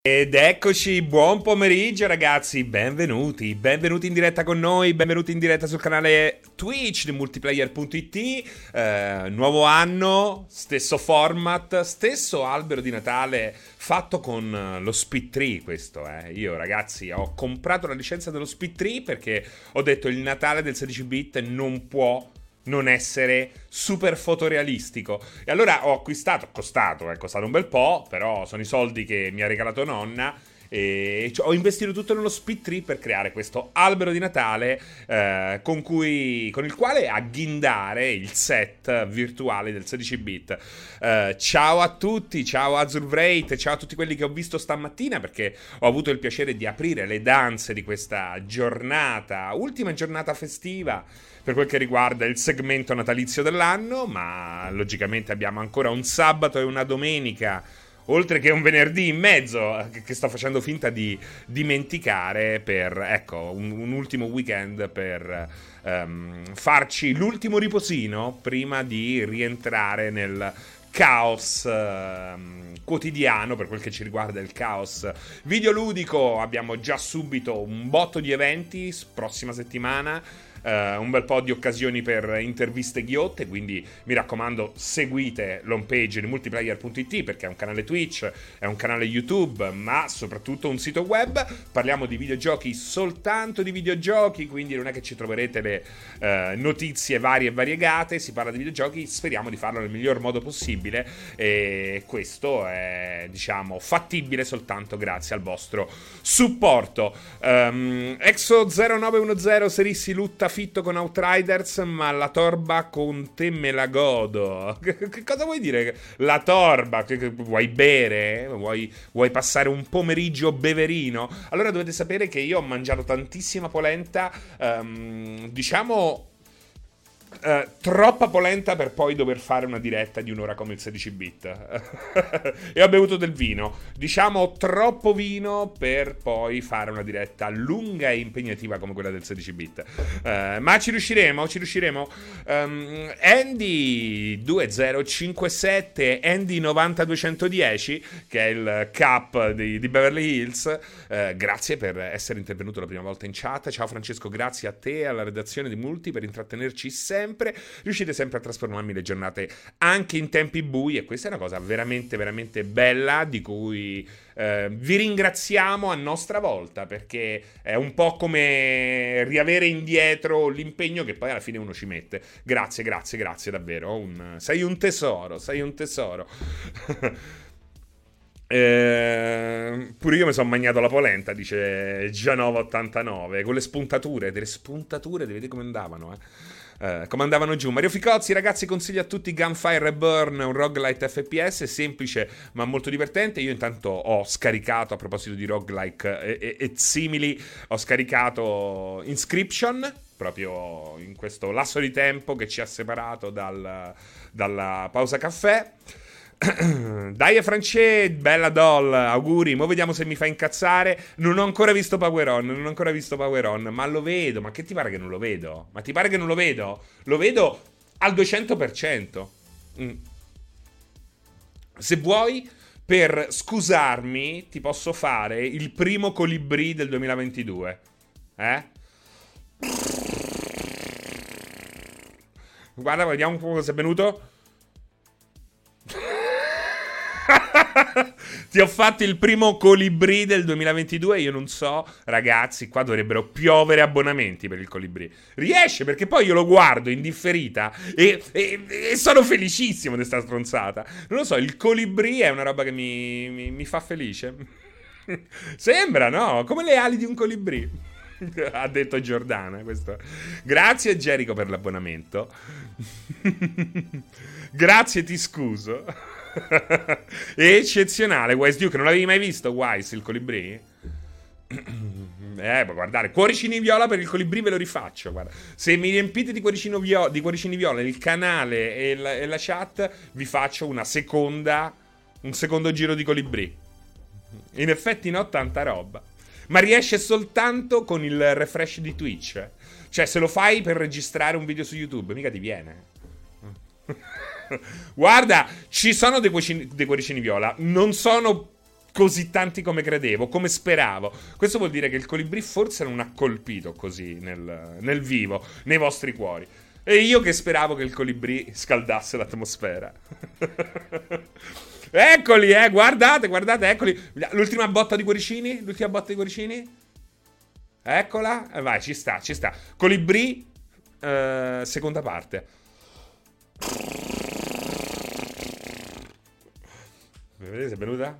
Ed eccoci, buon pomeriggio ragazzi, benvenuti in diretta con noi, benvenuti in diretta sul canale Twitch di multiplayer.it. Nuovo anno, stesso format, stesso albero di Natale fatto con lo Speed Tree. Questo io ragazzi ho comprato la licenza dello Speed Tree perché ho detto il Natale del 16 bit non può non essere super fotorealistico, e allora ho acquistato, è costato un bel po', però sono i soldi che mi ha regalato nonna, e ho investito tutto nello Speed Tree per creare questo albero di Natale con il quale agghindare il set virtuale del 16 bit. Ciao a tutti, ciao Azurvrate, ciao a tutti quelli che ho visto stamattina, perché ho avuto il piacere di aprire le danze di questa giornata, ultima giornata festiva per quel che riguarda il segmento natalizio dell'anno, ma logicamente abbiamo ancora un sabato e una domenica, oltre che un venerdì in mezzo, che sto facendo finta di dimenticare, per, ecco, un ultimo weekend per farci l'ultimo riposino prima di rientrare nel caos quotidiano. Per quel che ci riguarda il caos videoludico, abbiamo già subito un botto di eventi prossima settimana, un bel po' di occasioni per interviste ghiotte, quindi mi raccomando seguite l'home page di multiplayer.it, perché è un canale Twitch, è un canale YouTube, ma soprattutto un sito web. Parliamo di videogiochi, soltanto di videogiochi, quindi non è che ci troverete le notizie varie e variegate. Si parla di videogiochi, speriamo di farlo nel miglior modo possibile, e questo è, diciamo, fattibile soltanto grazie al vostro supporto. Exo0910 Serissi lutta fitto con Outriders, ma la torba con te me la godo. Che cosa vuoi dire? La torba? Vuoi bere? Vuoi passare un pomeriggio beverino? Allora dovete sapere che io ho mangiato tantissima polenta, diciamo troppa polenta per poi dover fare una diretta di un'ora come il 16 bit. E ho bevuto del vino, diciamo troppo vino per poi fare una diretta lunga e impegnativa come quella del 16 bit. Ma ci riusciremo. Andy 2057, Andy 90210, che è il cap di Beverly Hills, grazie per essere intervenuto la prima volta in chat. Ciao Francesco, grazie a te e alla redazione di Multi per intrattenerci sempre. Riuscite sempre a trasformarmi le giornate anche in tempi bui, e questa è una cosa veramente veramente bella, di cui vi ringraziamo a nostra volta, perché è un po' come riavere indietro l'impegno che poi alla fine uno ci mette. Grazie davvero, sei un tesoro. Pure io mi sono mangiato la polenta, dice Gianova89, con le spuntature, vedete come andavano, come andavano giù. Mario Ficozzi, ragazzi, consiglio a tutti Gunfire Reborn, un roguelite FPS semplice ma molto divertente. Io intanto ho scaricato, a proposito di roguelike e simili, ho scaricato Inscription, proprio in questo lasso di tempo che ci ha separato dalla pausa caffè. Dai France, bella doll, auguri. Mo' vediamo se mi fa incazzare. Non ho ancora visto Power On, ma lo vedo. Ma che ti pare che non lo vedo? Ma ti pare che non lo vedo? Lo vedo al 200%. Se vuoi, per scusarmi, ti posso fare il primo colibrì del 2022. Guarda, vediamo un po' cosa è venuto. Ti ho fatto il primo colibrì del 2022. Io non so, ragazzi, qua dovrebbero piovere abbonamenti per il colibrì. Riesce, perché poi io lo guardo in differita e sono felicissimo di sta stronzata. Non lo so, il colibrì è una roba che mi fa felice. Sembra, no? Come le ali di un colibrì. Ha detto Giordana questo. Grazie Jericho per l'abbonamento. Grazie, ti scuso. È eccezionale Wise Duke, non l'avevi mai visto Wise il colibrì? Guardare, cuoricini viola per il colibrì, ve lo rifaccio, guarda. Se mi riempite di cuoricini viola il canale e la chat, vi faccio un secondo giro di colibrì. In effetti no, tanta roba. Ma riesce soltanto con il refresh di Twitch. Cioè, se lo fai per registrare un video su YouTube, mica ti viene. Guarda, ci sono dei cuoricini viola. Non sono così tanti come credevo, come speravo. Questo vuol dire che il colibrì forse non ha colpito così nel vivo, nei vostri cuori. E io che speravo che il colibrì scaldasse l'atmosfera. Eccoli, guardate, eccoli. L'ultima botta di cuoricini? Eccola. Vai, ci sta. Colibrì, seconda parte. Vedete se è venuta?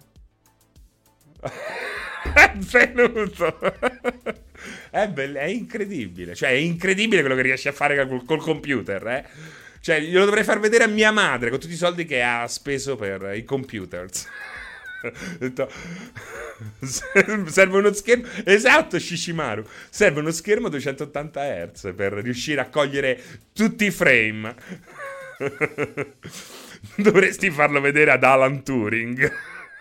È venuto. È incredibile. Cioè, è incredibile quello che riesci a fare col computer, eh. Cioè, glielo dovrei far vedere a mia madre con tutti i soldi che ha speso per i computers. Ho detto, serve uno schermo. Esatto, Shishimaru. Serve uno schermo 280 Hz per riuscire a cogliere tutti i frame. Dovresti farlo vedere ad Alan Turing.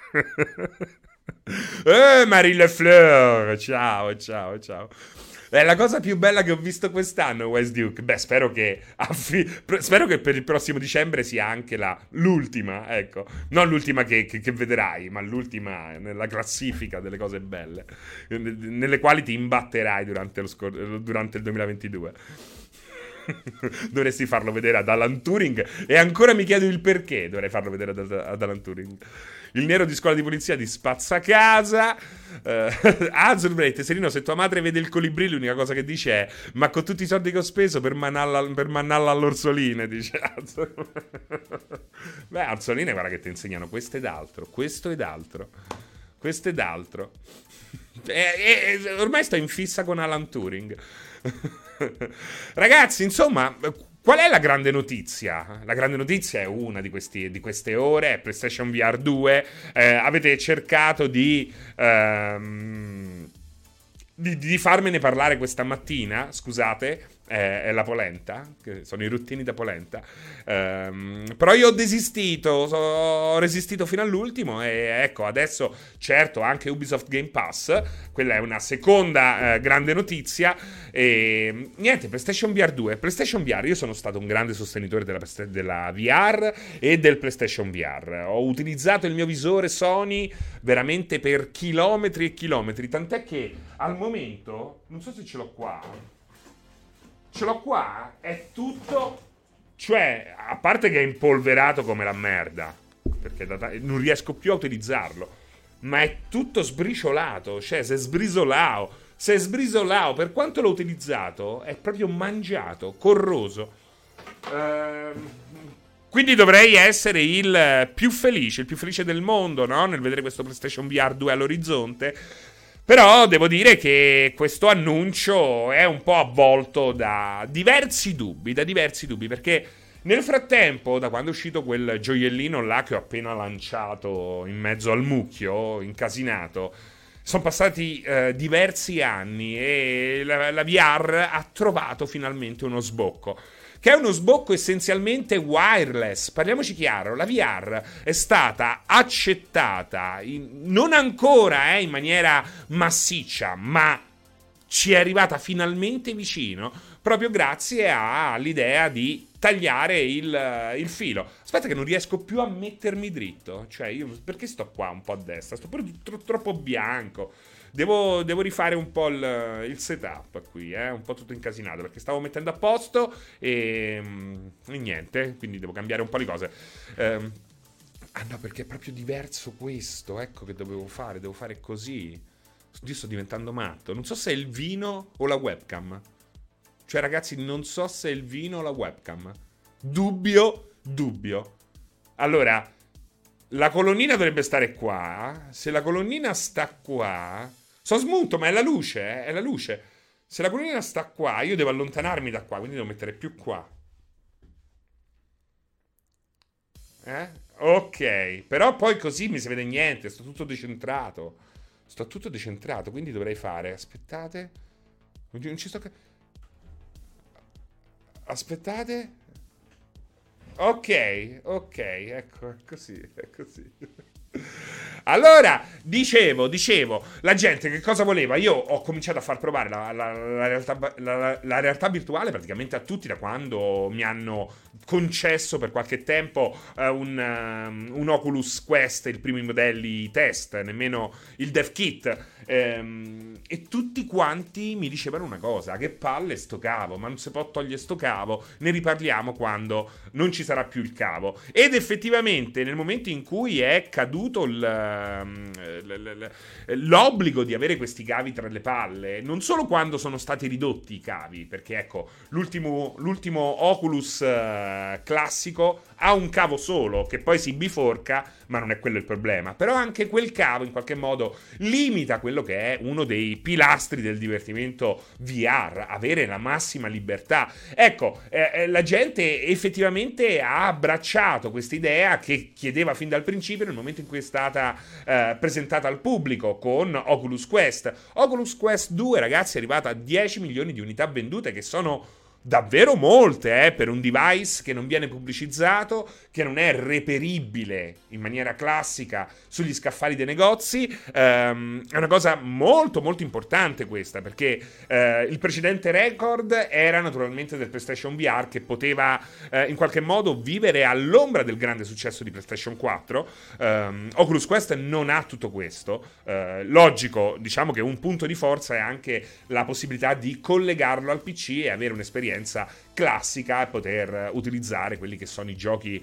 Marie Lefleur. Ciao. È la cosa più bella che ho visto quest'anno, West Duke. Beh, spero che per il prossimo dicembre sia anche l'ultima, ecco. Non l'ultima che vedrai, ma l'ultima nella classifica delle cose belle, nelle quali ti imbatterai durante il 2022. Dovresti farlo vedere ad Alan Turing. E ancora mi chiedo il perché dovrei farlo vedere ad Alan Turing. Il nero di scuola di polizia di spazzacasa. Azurbrate, Serino, se tua madre vede il colibrì, l'unica cosa che dice è: ma con tutti i soldi che ho speso per mannarla all'orsoline, dice Azur. Beh, orsoline, guarda che ti insegnano questo ed altro. Ormai sto in fissa con Alan Turing. Ragazzi, insomma, qual è la grande notizia? La grande notizia è una di queste ore, è PlayStation VR 2. Avete cercato di farmene parlare questa mattina, scusate, è la polenta, che sono i ruttini da polenta. Però io ho resistito fino all'ultimo e ecco, adesso certo anche Ubisoft Game Pass, quella è una seconda grande notizia. E niente, PlayStation VR 2. PlayStation VR, io sono stato un grande sostenitore della VR e del PlayStation VR. Ho utilizzato il mio visore Sony veramente per chilometri e chilometri, tant'è che al momento, non so se ce l'ho qua, è tutto, cioè, a parte che è impolverato come la merda, perché non riesco più a utilizzarlo, ma è tutto sbriciolato, cioè, si è sbrisolato, per quanto l'ho utilizzato, è proprio mangiato, corroso. Quindi dovrei essere il più felice del mondo, no? Nel vedere questo PlayStation VR 2 all'orizzonte. Però devo dire che questo annuncio è un po' avvolto da diversi dubbi, perché nel frattempo, da quando è uscito quel gioiellino là che ho appena lanciato in mezzo al mucchio, incasinato, sono passati diversi anni e la VR ha trovato finalmente uno sbocco. Che è uno sbocco essenzialmente wireless. Parliamoci chiaro, la VR è stata accettata, non ancora in maniera massiccia, ma ci è arrivata finalmente vicino, proprio grazie all'idea di tagliare il filo. Aspetta che non riesco più a mettermi dritto. Cioè, io perché sto qua un po' a destra? Sto pure troppo bianco. Devo rifare un po' il setup qui, un po' tutto incasinato, perché stavo mettendo a posto e niente, quindi devo cambiare un po' di cose. Ah no, perché è proprio diverso questo, ecco che devo fare così. Io sto diventando matto, non so se è il vino o la webcam. Cioè ragazzi, non so se è il vino o la webcam. Dubbio. Allora, la colonnina dovrebbe stare qua. Se la colonnina sta qua... Sono smunto, ma è la luce, è la luce. Se la colonnina sta qua, io devo allontanarmi da qua, quindi devo mettere più qua. Ok, però poi così mi si vede niente, sto tutto decentrato, quindi dovrei fare... Aspettate. Non ci sto... Aspettate. Ok, ecco, è così. Allora, dicevo, la gente che cosa voleva? Io ho cominciato a far provare la realtà virtuale praticamente a tutti da quando mi hanno concesso per qualche tempo un Oculus Quest, il primo i modelli test, nemmeno il dev kit. E tutti quanti mi dicevano una cosa: che palle sto cavo, ma non si può togliere sto cavo, ne riparliamo quando non ci sarà più il cavo. Ed effettivamente nel momento in cui è caduto l'obbligo di avere questi cavi tra le palle, non solo quando sono stati ridotti i cavi, perché ecco, l'ultimo Oculus classico ha un cavo solo che poi si biforca, ma non è quello il problema. Però anche quel cavo in qualche modo limita quello che è uno dei pilastri del divertimento VR, avere la massima libertà. Ecco, la gente effettivamente ha abbracciato questa idea che chiedeva fin dal principio, nel momento in cui è stata presentata al pubblico con Oculus Quest. Oculus Quest 2, ragazzi, è arrivata a 10 milioni di unità vendute, che sono davvero molte, per un device che non viene pubblicizzato, che non è reperibile in maniera classica sugli scaffali dei negozi. È una cosa molto molto importante questa, perché il precedente record era naturalmente del PlayStation VR, che poteva in qualche modo vivere all'ombra del grande successo di PlayStation 4. Oculus Quest non ha tutto questo. Logico, diciamo che un punto di forza è anche la possibilità di collegarlo al PC e avere un'esperienza classica e poter utilizzare quelli che sono i giochi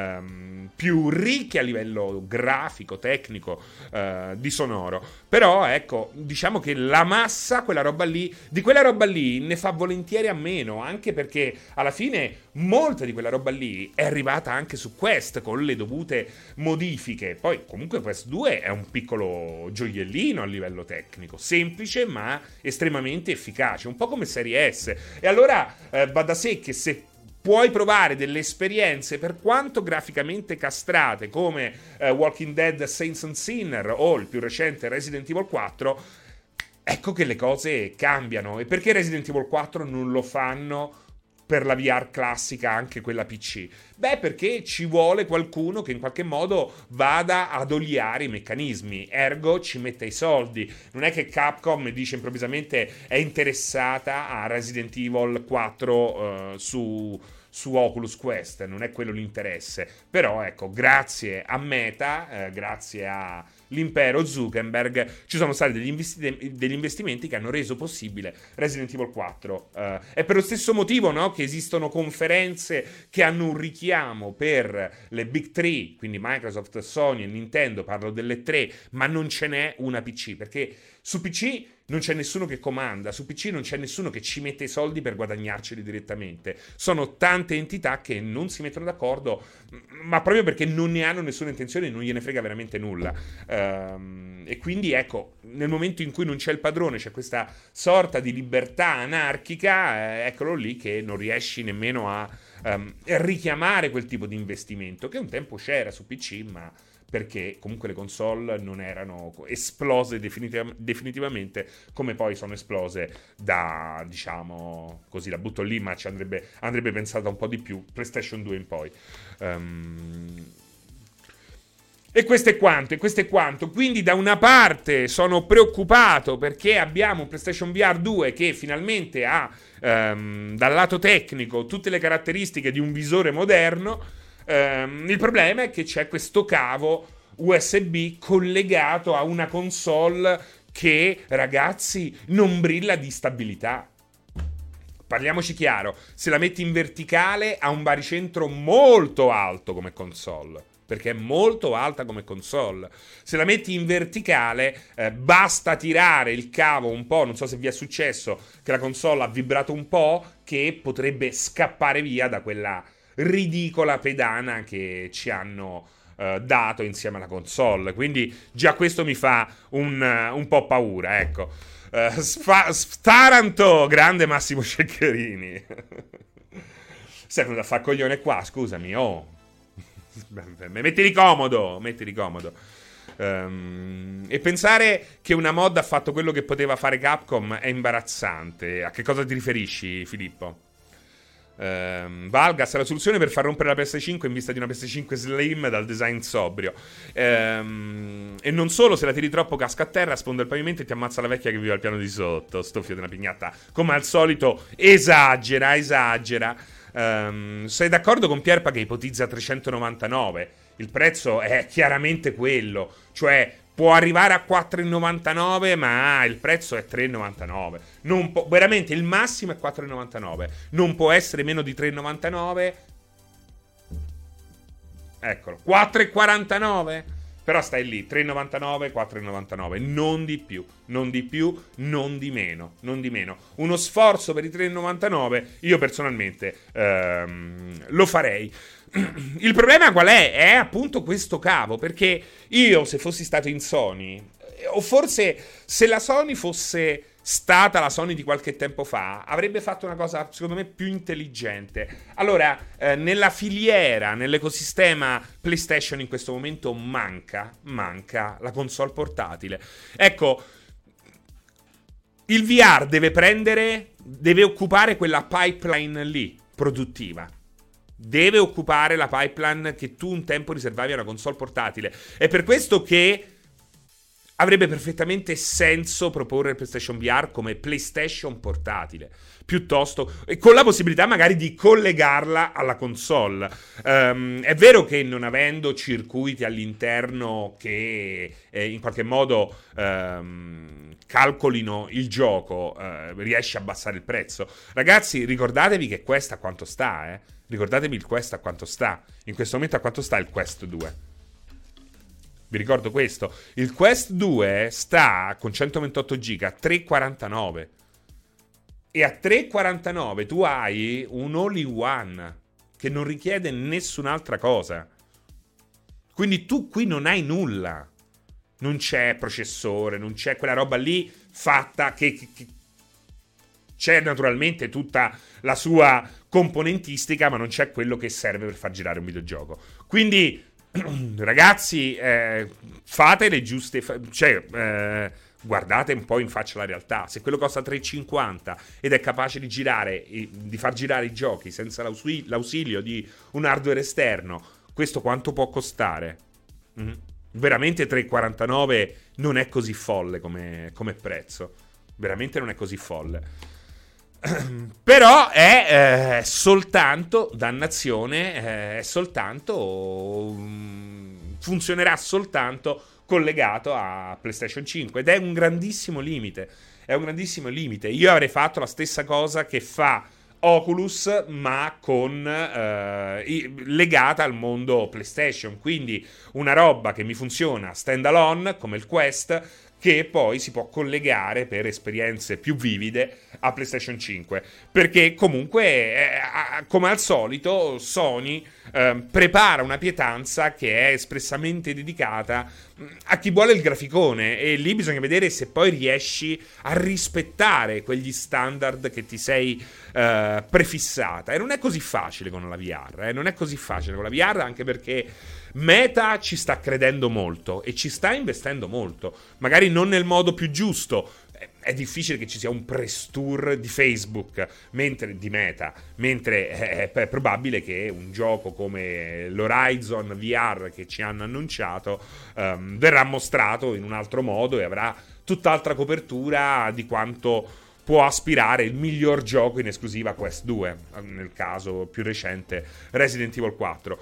più ricchi a livello grafico, tecnico, di sonoro. Però ecco, diciamo che la massa, di quella roba lì ne fa volentieri a meno, anche perché alla fine molta di quella roba lì è arrivata anche su Quest con le dovute modifiche. Poi comunque Quest 2 è un piccolo gioiellino a livello tecnico, semplice ma estremamente efficace, un po' come Serie S. E allora va da sé che se puoi provare delle esperienze, per quanto graficamente castrate, come Walking Dead Saints and Sinner o il più recente Resident Evil 4, ecco che le cose cambiano. E perché Resident Evil 4 non lo fanno per la VR classica, anche quella PC? Beh, perché ci vuole qualcuno che in qualche modo vada ad oliare i meccanismi, ergo ci mette i soldi. Non è che Capcom dice improvvisamente è interessata a Resident Evil 4 su Oculus Quest, non è quello l'interesse. Però ecco, grazie a Meta, grazie a l'impero Zuckerberg, ci sono stati degli investimenti che hanno reso possibile Resident Evil 4. È per lo stesso motivo, no, che esistono conferenze che hanno un richiamo per le Big 3, quindi Microsoft, Sony e Nintendo, parlo delle tre, ma non ce n'è una PC, perché su PC non c'è nessuno che comanda, su PC non c'è nessuno che ci mette i soldi per guadagnarceli direttamente. Sono tante entità che non si mettono d'accordo, ma proprio perché non ne hanno nessuna intenzione e non gliene frega veramente nulla. E quindi ecco, nel momento in cui non c'è il padrone, c'è questa sorta di libertà anarchica, eccolo lì che non riesci nemmeno a richiamare quel tipo di investimento che un tempo c'era su PC, ma perché comunque le console non erano esplose definitivamente come poi sono esplose da, diciamo così, la butto lì, ma ci andrebbe pensata un po' di più, PlayStation 2 in poi. E questo è quanto. Quindi da una parte sono preoccupato perché abbiamo un PlayStation VR 2 che finalmente ha dal lato tecnico tutte le caratteristiche di un visore moderno. Il problema è che c'è questo cavo USB collegato a una console che, ragazzi, non brilla di stabilità. Parliamoci chiaro, se la metti in verticale ha un baricentro molto alto come console, perché è molto alta come console. Se la metti in verticale basta tirare il cavo un po', non so se vi è successo che la console ha vibrato un po', che potrebbe scappare via da quella ridicola pedana che ci hanno dato insieme alla console. Quindi già questo mi fa un po' paura, ecco. Taranto, grande Massimo Ceccherini. Sei venuto a far coglione qua, scusami, oh. Mettili comodo. E pensare che una mod ha fatto quello che poteva fare Capcom è imbarazzante. A che cosa ti riferisci, Filippo? Valgas è la soluzione per far rompere la PS5 in vista di una PS5 Slim dal design sobrio. E non solo, se la tiri troppo casca a terra, sponda il pavimento e ti ammazza la vecchia che vive al piano di sotto. Sto figlio di una pignata, come al solito, esagera. Sei d'accordo con Pierpa che ipotizza 399? Il prezzo è chiaramente quello, cioè può arrivare a 4,99, ma il prezzo è 3,99. Veramente il massimo è 4,99. Non può essere meno di 3,99. Eccolo, 4,49. Però stai lì, 3,99, 4,99. Non di più, non di meno. Uno sforzo per i 3,99 io personalmente lo farei. Il problema qual è? È appunto questo cavo, perché io, se fossi stato in Sony, o forse se la Sony fosse stata la Sony di qualche tempo fa, avrebbe fatto una cosa secondo me più intelligente. Allora, nella filiera, nell'ecosistema PlayStation in questo momento manca la console portatile. Ecco, il VR deve occupare quella pipeline lì, produttiva. Deve occupare la pipeline che tu un tempo riservavi a una console portatile. È per questo che avrebbe perfettamente senso proporre il PlayStation VR come PlayStation portatile, piuttosto, con la possibilità magari di collegarla alla console. È vero che non avendo circuiti all'interno che in qualche modo calcolino il gioco, riesce a abbassare il prezzo. Ragazzi, ricordatevi che Quest a quanto sta, Ricordatevi il Quest a quanto sta. In questo momento a quanto sta il Quest 2? Vi ricordo questo. Il Quest 2 sta con 128 giga a 3,49. E a 3,49 tu hai un all-in-one che non richiede nessun'altra cosa. Quindi tu qui non hai nulla. Non c'è processore, non c'è quella roba lì fatta che c'è naturalmente tutta la sua componentistica, ma non c'è quello che serve per far girare un videogioco. Quindi, ragazzi, fate le giuste... guardate un po' in faccia la realtà. Se quello costa 3,50 ed è capace di girare, di far girare i giochi senza l'ausilio di un hardware esterno, questo quanto può costare? Veramente 3,49 non è così folle come prezzo. Veramente non è così folle. Però è soltanto dannazione, è soltanto funzionerà soltanto collegato a PlayStation 5 ed è un grandissimo limite. Io avrei fatto la stessa cosa che fa Oculus, ma con legata al mondo PlayStation, quindi una roba che mi funziona stand alone come il Quest, che poi si può collegare per esperienze più vivide a PlayStation 5, perché comunque come al solito Sony prepara una pietanza che è espressamente dedicata a chi vuole il graficone, e lì bisogna vedere se poi riesci a rispettare quegli standard che ti sei prefissata, e non è così facile con la VR, non è così facile con la VR, anche perché Meta ci sta credendo molto e ci sta investendo molto, magari non nel modo più giusto. È difficile che ci sia un press tour di Facebook di Meta, mentre è probabile che un gioco come l'Horizon VR che ci hanno annunciato verrà mostrato in un altro modo e avrà tutt'altra copertura di quanto può aspirare il miglior gioco in esclusiva Quest 2, nel caso più recente Resident Evil 4.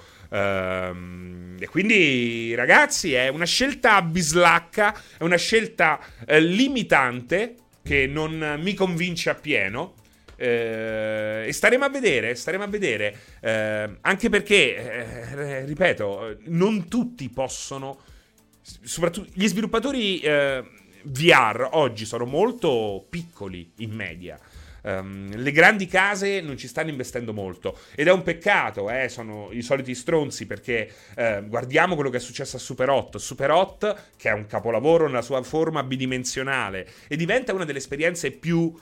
E quindi, ragazzi, è una scelta bislacca, è una scelta limitante che non mi convince appieno. E staremo a vedere, anche perché, ripeto, non tutti possono, soprattutto gli sviluppatori VR oggi sono molto piccoli in media. Le grandi case non ci stanno investendo molto ed è un peccato, sono i soliti stronzi, perché guardiamo quello che è successo a Super 8, che è un capolavoro nella sua forma bidimensionale e diventa una delle esperienze più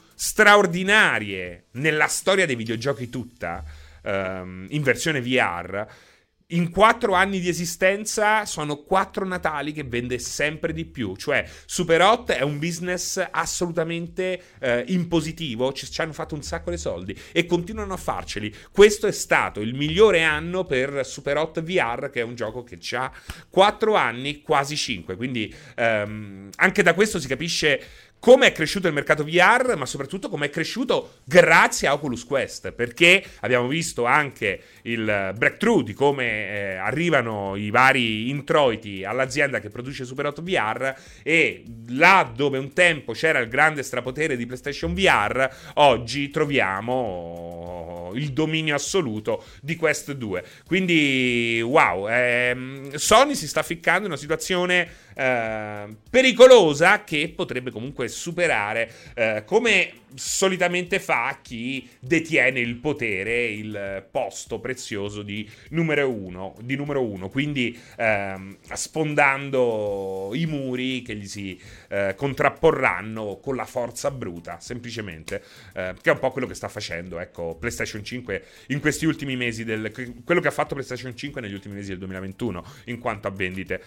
straordinarie nella storia dei videogiochi tutta, in versione VR. in 4 anni di esistenza sono 4 Natali che vende sempre di più. Cioè, Super 8 è un business assolutamente in positivo. Ci hanno fatto un sacco di soldi e continuano a farceli. Questo è stato il migliore anno per Super 8 VR, che è un gioco che ha 4 anni, quasi 5. Quindi anche da questo si capisce come è cresciuto il mercato VR, ma soprattutto come è cresciuto grazie a Oculus Quest, perché abbiamo visto anche il breakthrough di come arrivano i vari introiti all'azienda che produce Super 8 VR, e là dove un tempo c'era il grande strapotere di PlayStation VR, oggi troviamo il dominio assoluto di Quest 2. Quindi wow, Sony si sta ficcando in una situazione pericolosa che potrebbe comunque superare, come solitamente fa chi detiene il potere, il posto prezioso di numero uno, quindi sfondando i muri che gli si contrapporranno con la forza bruta, semplicemente, che è un po' quello che sta facendo, ecco, PlayStation 5 in questi ultimi mesi, quello che ha fatto PlayStation 5 negli ultimi mesi del 2021 in quanto a vendite.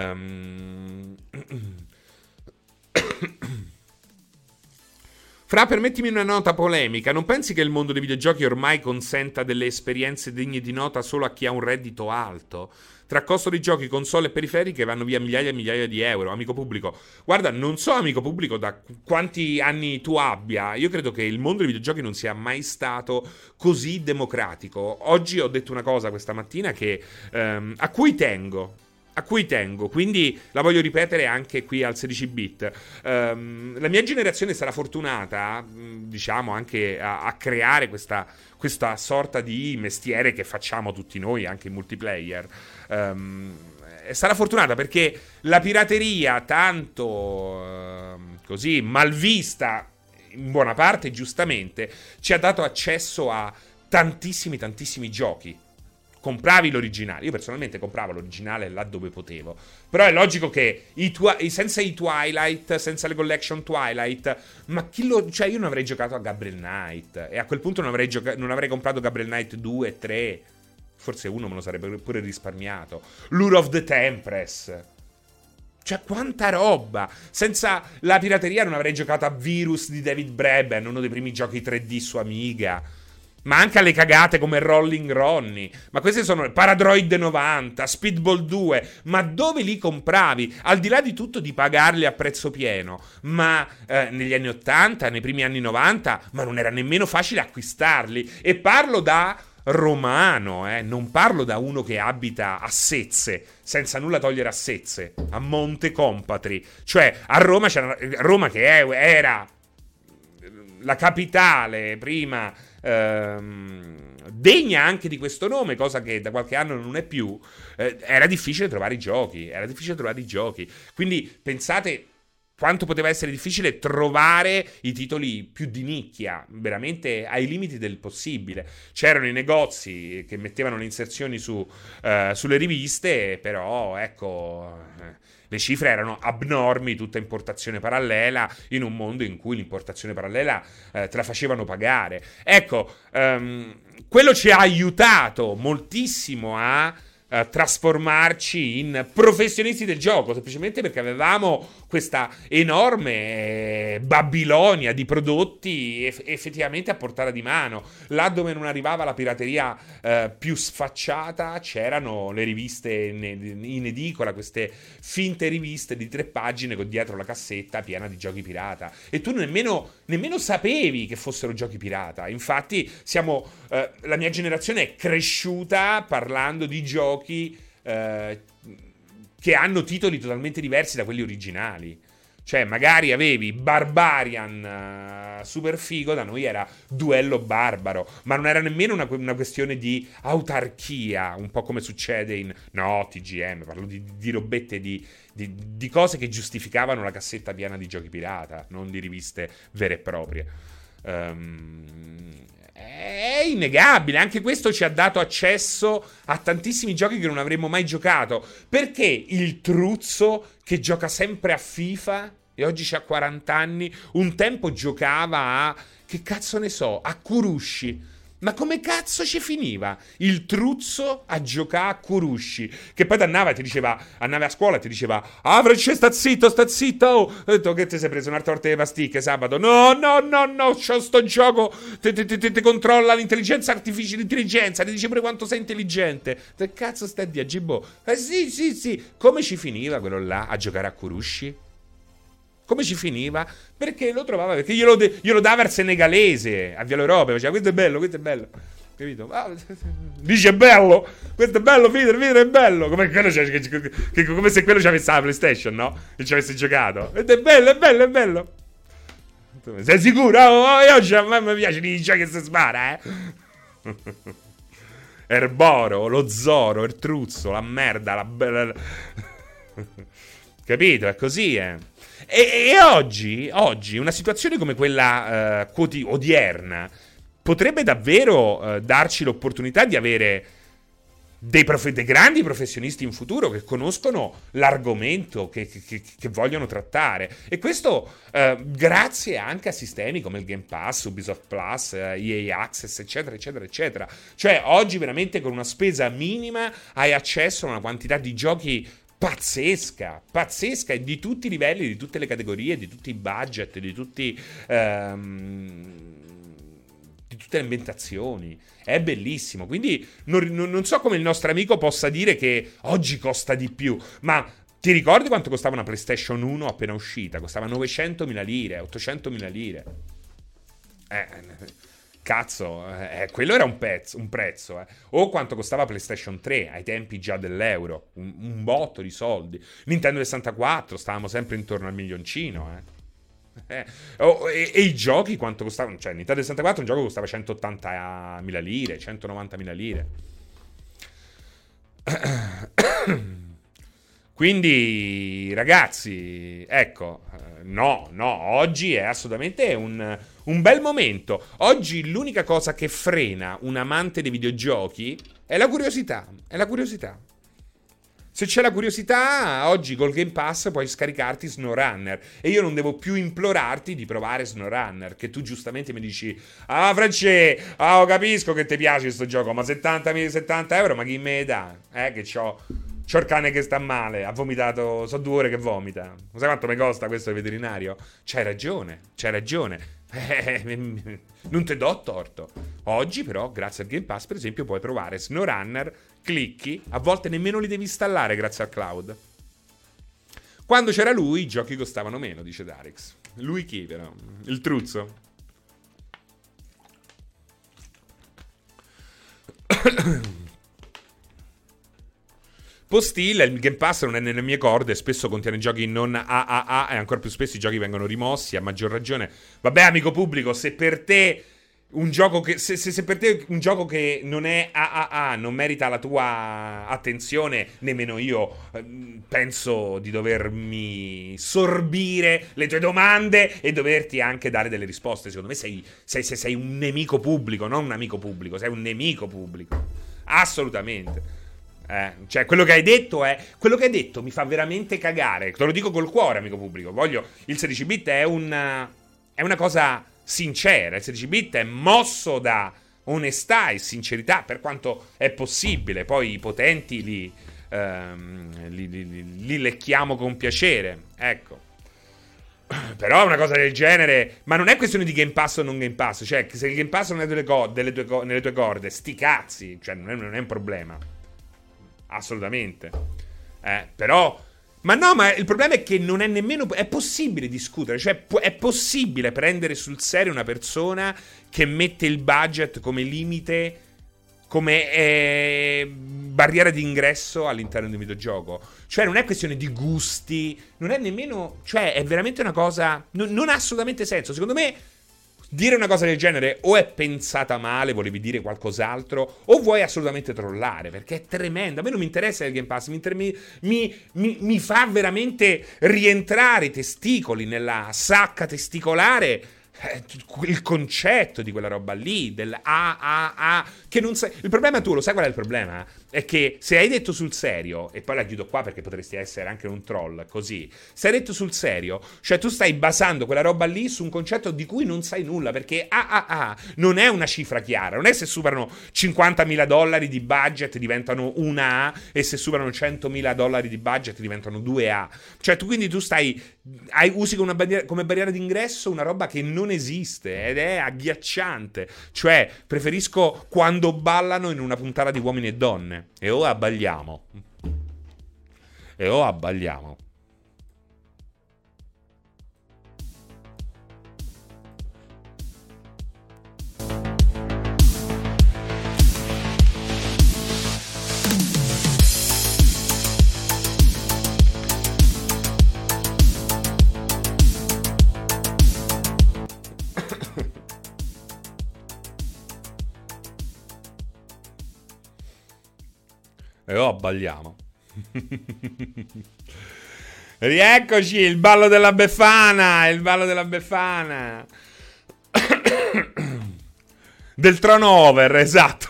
Fra, permettimi una nota polemica. Non pensi che il mondo dei videogiochi ormai consenta delle esperienze degne di nota solo a chi ha un reddito alto? Tra costo di giochi, console e periferiche vanno via migliaia e migliaia di euro. Amico pubblico, guarda, non so, amico pubblico, da quanti anni tu abbia. Io credo che il mondo dei videogiochi non sia mai stato così democratico. Oggi ho detto una cosa questa mattina che a cui tengo, quindi la voglio ripetere anche qui al 16-bit. La mia generazione sarà fortunata, diciamo, anche a creare questa sorta di mestiere che facciamo tutti noi, anche in multiplayer. Sarà fortunata perché la pirateria, tanto così malvista, in buona parte giustamente, ci ha dato accesso a tantissimi giochi. Compravi l'originale. Io personalmente compravo l'originale là dove potevo. Però è logico che senza i Twilight, senza le collection Twilight, ma cioè io non avrei giocato a Gabriel Knight. E a quel punto non avrei comprato Gabriel Knight 2 e 3. Forse uno me lo sarebbe pure risparmiato. Lure of the Tempress. Cioè, quanta roba! Senza la pirateria non avrei giocato a Virus di David Braben, uno dei primi giochi 3D su Amiga. Ma anche alle cagate come Rolling Ronnie. Ma queste sono Paradroid 90, Speedball 2. Ma dove li compravi? Al di là di tutto di pagarli a prezzo pieno. Ma negli anni 80, nei primi anni 90, ma non era nemmeno facile acquistarli. E parlo da romano, non parlo da uno che abita a Sezze, senza nulla togliere a Sezze, a Monte Compatri. Cioè, a Roma che era la capitale prima, degna anche di questo nome, cosa che da qualche anno non è più, era difficile trovare i giochi. Quindi pensate quanto poteva essere difficile trovare i titoli più di nicchia, veramente ai limiti del possibile. C'erano i negozi che mettevano le inserzioni sulle riviste, però ecco, le cifre erano abnormi, tutta importazione parallela, in un mondo in cui l'importazione parallela te la facevano pagare. Ecco, quello ci ha aiutato moltissimo a trasformarci in professionisti del gioco, semplicemente perché avevamo questa enorme Babilonia di prodotti effettivamente a portata di mano. Là dove non arrivava la pirateria più sfacciata, c'erano le riviste in edicola, queste finte riviste di 3 pagine con dietro la cassetta piena di giochi pirata, e tu nemmeno sapevi che fossero giochi pirata. Infatti la mia generazione è cresciuta parlando di giochi che hanno titoli totalmente diversi da quelli originali. Cioè, magari avevi Barbarian super figo, da noi era Duello Barbaro, ma non era nemmeno una questione di autarchia, un po' come succede in TGM, parlo di robette, di cose che giustificavano la cassetta piena di giochi pirata, non di riviste vere e proprie. È innegabile, anche questo ci ha dato accesso a tantissimi giochi che non avremmo mai giocato, perché il truzzo che gioca sempre a FIFA e oggi c'ha 40 anni, un tempo giocava a, che cazzo ne so, a Kurushi. Ma come cazzo ci finiva il truzzo a giocare a Kurushi? Che poi andava e ti diceva, andava a scuola e ti diceva, ah, Francesco, sta zitto, oh. Ho detto, che ti sei preso un'altra volta di pasticche sabato? No, c'ho sto gioco, ti controlla l'intelligenza artificiale, l'intelligenza, ti dice pure quanto sei intelligente. Che cazzo stai a dire, Gibbo? Sì. Come ci finiva quello là a giocare a Kurushi? Come ci finiva? Perché lo trovava, perché glielo dava al senegalese a Viale Europa, diceva questo è bello, capito? Dice è bello, questo è bello, Peter è bello, come se quello ci avesse la PlayStation, no? E ci avesse giocato. Questo è bello. Sei sicuro? Oggi a me mi piace di giochi che si spara, Erboro, lo Zoro, il truzzo, la merda, la bella. Capito? È così, E oggi una situazione come quella odierna potrebbe davvero darci l'opportunità di avere dei grandi professionisti in futuro che conoscono l'argomento che vogliono trattare. E questo grazie anche a sistemi come il Game Pass, Ubisoft Plus, EA Access, eccetera. Cioè oggi veramente con una spesa minima hai accesso a una quantità di giochi pazzesca e di tutti i livelli, di tutte le categorie, di tutti i budget, di tutte le ambientazioni. È bellissimo. Quindi non so come il nostro amico possa dire che oggi costa di più, ma ti ricordi quanto costava una PlayStation 1 appena uscita? Costava 900.000 lire, 800.000 lire. Cazzo, quello era un prezzo. O quanto costava PlayStation 3 ai tempi già dell'euro, un botto di soldi. Nintendo 64 stavamo sempre intorno al milioncino. E i giochi quanto costavano? Cioè Nintendo 64 un gioco costava 180.000 lire, 190.000 lire. Quindi ragazzi, ecco, no, oggi è assolutamente un bel momento. Oggi l'unica cosa che frena un amante dei videogiochi è la curiosità. Se c'è la curiosità, oggi col Game Pass puoi scaricarti SnowRunner e io non devo più implorarti di provare SnowRunner, che tu giustamente mi dici, ah France, capisco che ti piace questo gioco, ma 70 euro, ma chi me dà? Che c'ho il cane che sta male, ha vomitato, so 2 ore che vomita. Non sai quanto mi costa questo il veterinario? C'hai ragione. Non te do torto. Oggi però, grazie al Game Pass, per esempio, puoi provare SnowRunner, clicchi, a volte nemmeno li devi installare grazie al cloud. Quando c'era lui, i giochi costavano meno, dice Darix. Lui chi però? Il truzzo. Postilla, il Game Pass non è nelle mie corde, spesso contiene giochi non AAA e ancora più spesso i giochi vengono rimossi, a maggior ragione. Vabbè, amico pubblico, se per te un gioco che se per te un gioco che non è AAA non merita la tua attenzione, nemmeno io penso di dovermi sorbire le tue domande e doverti anche dare delle risposte. Secondo me sei un nemico pubblico, non un amico pubblico, sei un nemico pubblico. Assolutamente. Cioè quello che hai detto mi fa veramente cagare. Te lo dico col cuore, amico pubblico. Il 16-bit è una cosa sincera. Il 16-bit è mosso da onestà e sincerità, per quanto è possibile. Poi i potenti li lecchiamo con piacere. Ecco. Però una cosa del genere. Ma non è questione di Game Pass o non Game Pass. Cioè, se il Game Pass non è nelle tue corde, sti cazzi. Cioè, non è un problema. Assolutamente. Però ma il problema è che non è nemmeno è possibile discutere, cioè è possibile prendere sul serio una persona che mette il budget come limite, come barriera di ingresso all'interno di un videogioco. Cioè non è questione di gusti, non è nemmeno, cioè è veramente una cosa non ha assolutamente senso. Secondo me dire una cosa del genere o è pensata male, volevi dire qualcos'altro, o vuoi assolutamente trollare, perché è tremendo. A me non mi interessa il Game Pass, mi fa veramente rientrare i testicoli nella sacca testicolare, il concetto di quella roba lì, del AAA, che non sai. Il problema tu lo sai qual è il problema? è che se hai detto sul serio, e poi la chiudo qua perché potresti essere anche un troll, così, se hai detto sul serio, cioè tu stai basando quella roba lì su un concetto di cui non sai nulla, perché non è una cifra chiara, non è se superano $50.000 di budget diventano una A e se superano $100.000 di budget diventano 2A. Cioè quindi tu usi come barriera d'ingresso una roba che non esiste ed è agghiacciante. Cioè preferisco quando ballano in una puntata di Uomini e Donne. E ora abbagliamo. E ora abbagliamo. E ora abbagliamo. Rieccoci, il ballo della Befana. Il ballo della Befana. Del Tron Over, esatto.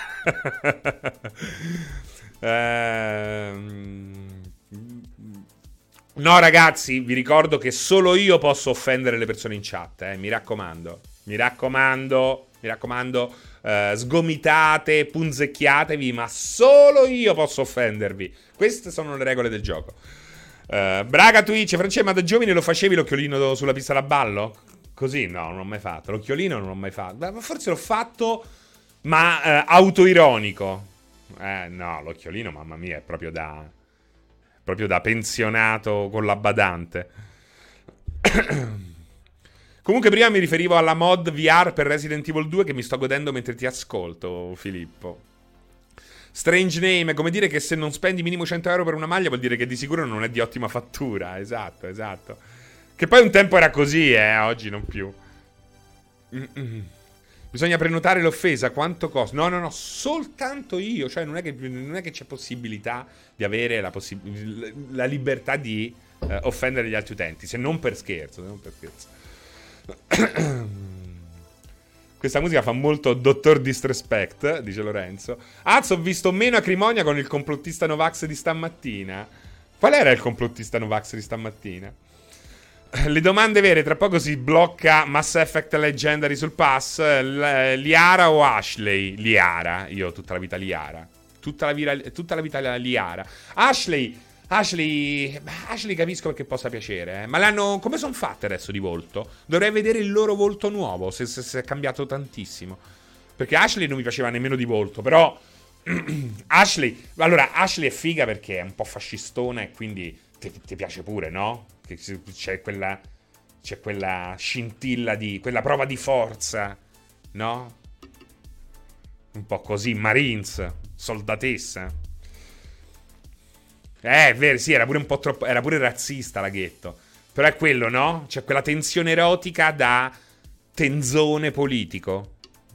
No, ragazzi, vi ricordo che solo io posso offendere le persone in chat. Mi raccomando. Mi raccomando. Mi raccomando. Sgomitate, punzecchiatevi, ma solo io posso offendervi. Queste sono le regole del gioco. Braga Twitch, Francesco, ma da giovane lo facevi l'occhiolino sulla pista da ballo? Così no, non l'ho mai fatto. L'occhiolino non l'ho mai fatto. Ma forse l'ho fatto, ma autoironico. No, l'occhiolino, mamma mia, è proprio da pensionato con la badante. Comunque prima mi riferivo alla mod VR per Resident Evil 2 che mi sto godendo mentre ti ascolto, Filippo. Strange name, è come dire che se non spendi minimo 100 euro per una maglia vuol dire che di sicuro non è di ottima fattura. Esatto, esatto. Che poi un tempo era così, oggi non più. Bisogna prenotare l'offesa, quanto costa? No, soltanto io. Cioè non è che c'è possibilità di avere la libertà di offendere gli altri utenti, se non per scherzo, Questa musica fa molto Dottor Disrespect, dice Lorenzo. Ho visto meno acrimonia con il complottista Novax di stamattina. Qual era il complottista Novax di stamattina? Le domande vere, tra poco si blocca Mass Effect Legendary sul pass. Liara o Ashley? Liara, io tutta la vita Liara. Tutta la vita Liara. Ashley capisco perché possa piacere, ma come sono fatte adesso di volto? Dovrei vedere il loro volto nuovo, se è cambiato tantissimo. Perché Ashley non mi piaceva nemmeno di volto, però Ashley è figa perché è un po' fascistona e quindi ti piace pure, no? Che c'è quella scintilla quella prova di forza, no? Un po' così, Marines, soldatessa. È vero, sì, era pure un po' troppo. Era pure razzista, laghetto. Però è quello, no? C'è quella tensione erotica da tenzone politico.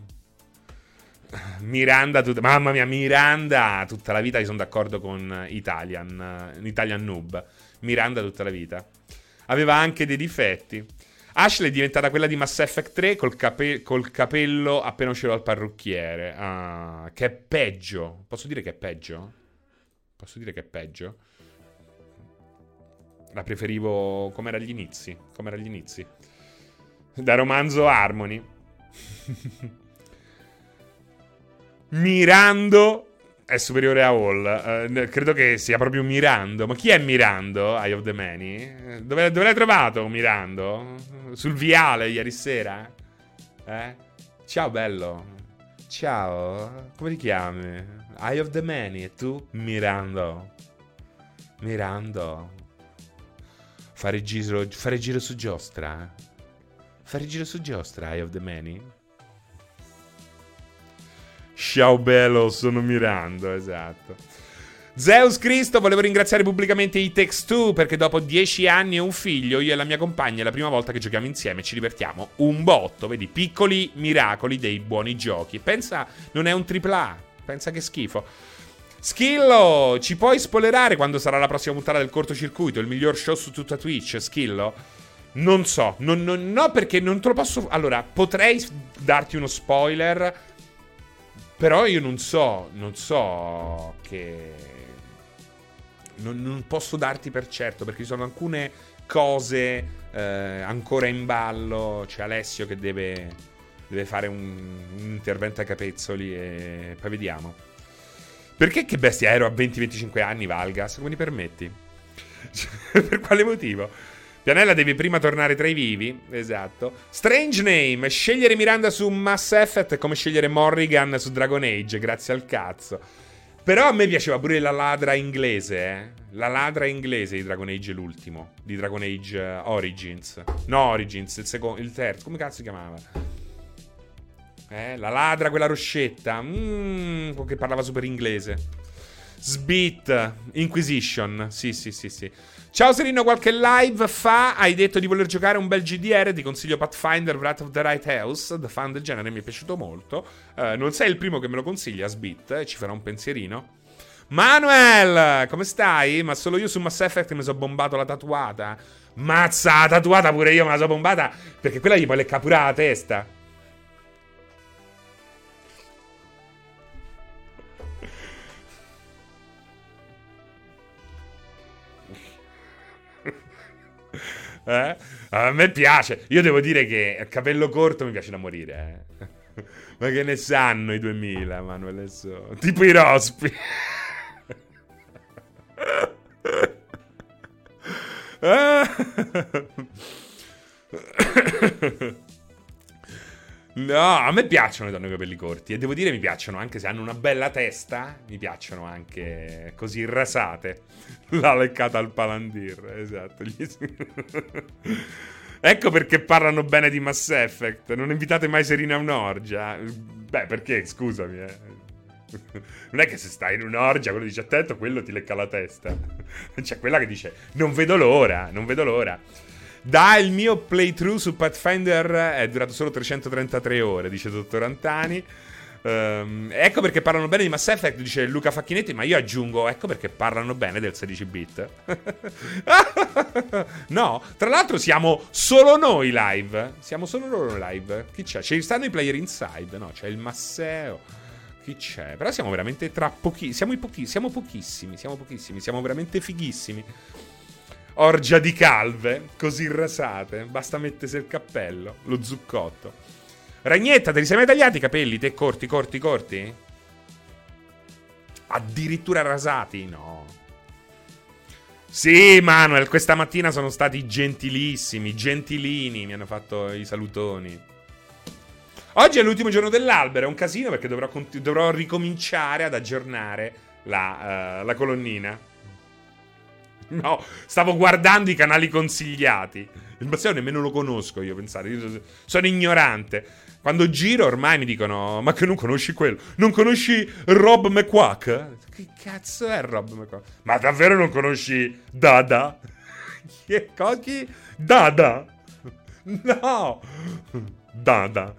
Miranda, mamma mia, Miranda. Tutta la vita io sono d'accordo con Italian Noob. Miranda tutta la vita. Aveva anche dei difetti. Ashley è diventata quella di Mass Effect 3 col capello appena uscito dal parrucchiere. Che è peggio. Posso dire che è peggio? La preferivo come era agli inizi. Da romanzo Harmony. Mirando è superiore a Hall. Credo che sia proprio Mirando. Ma chi è Mirando? Eye of the Many? Dove l'hai trovato Mirando? Sul viale ieri sera? Ciao bello. Ciao. Come ti chiami? Eye of the Many. E tu? Mirando. Fare giro su giostra. Eye of the Many. Ciao bello, sono Mirando, esatto. Zeus Cristo, volevo ringraziare pubblicamente i Takes Two perché dopo 10 anni e un figlio io e la mia compagna è la prima volta che giochiamo insieme e ci divertiamo un botto, vedi, piccoli miracoli dei buoni giochi. Pensa, non è un AAA, pensa che schifo. Schillo, ci puoi spoilerare quando sarà la prossima puntata del cortocircuito, il miglior show su tutta Twitch, Schillo? Non so, no perché non te lo posso. Allora, potrei darti uno spoiler, Però io non so che... Non posso darti per certo, perché ci sono alcune cose ancora in ballo. C'è Alessio che deve fare un intervento a capezzoli e poi vediamo. Perché che bestia ero a 20-25 anni, Valgas? Come ti permetti? Per quale motivo? Pianella, devi prima tornare tra i vivi. Esatto. Strange name. Scegliere Miranda su Mass Effect è come scegliere Morrigan su Dragon Age. Grazie al cazzo. Però a me piaceva pure la ladra inglese, La ladra inglese di Dragon Age, l'ultimo. Di Dragon Age Origins. No, Origins, il terzo. Come cazzo si chiamava? La ladra, quella roscetta. Che parlava super inglese. Sbit. Inquisition. Sì. Ciao Serino, qualche live fa hai detto di voler giocare un bel GDR. Ti consiglio Pathfinder Wrath of the Right House. Da fan del genere mi è piaciuto molto. Non sei il primo che me lo consiglia, Sbit. Ci farà un pensierino. Manuel, come stai? Ma solo io su Mass Effect mi sono bombato la tatuata. Mazza, la tatuata pure io me la sono bombata, perché quella gli poi lecca pure la testa. A me piace. Io devo dire che a capello corto mi piace da morire. Ma che ne sanno i 2000, Manuel? Adesso... Tipo i rospi. No, a me piacciono le donne con i capelli corti. E devo dire mi piacciono anche se hanno una bella testa. Mi piacciono anche così rasate. La leccata al Palantir. Esatto. Ecco perché parlano bene di Mass Effect. Non invitate mai Serena a un'orgia. Beh, perché? Scusami, Non è che se stai in un'orgia quello dice attento, quello ti lecca la testa. C'è quella che dice non vedo l'ora. Il mio playthrough su Pathfinder è durato solo 333 ore, dice Dottor Antani. Ecco perché parlano bene di Mass Effect, dice Luca Facchinetti, ma io aggiungo ecco perché parlano bene del 16-bit. No, tra l'altro siamo solo noi live. Siamo solo loro live. Chi c'è? Ci stanno i player inside, no? C'è il Masseo. Chi c'è? Però siamo veramente tra pochi. Siamo pochissimi. Siamo veramente fighissimi. Orgia di calve, così rasate. Basta mettersi il cappello. Lo zuccotto. Ragnetta, te li sei mai tagliati i capelli? Te corti? Addirittura rasati? No. Sì, Manuel, questa mattina sono stati gentilissimi. Gentilini, mi hanno fatto i salutoni. Oggi è l'ultimo giorno dell'albero. È un casino perché dovrò ricominciare ad aggiornare la colonnina. No, stavo guardando i canali consigliati. Il Masseo nemmeno lo conosco, io pensate. Io sono ignorante. Quando giro ormai mi dicono ma che non conosci quello? Non conosci Rob McQuack? Che cazzo è Rob McQuack? Ma davvero non conosci Dada? Chi? Dada? No! Dada.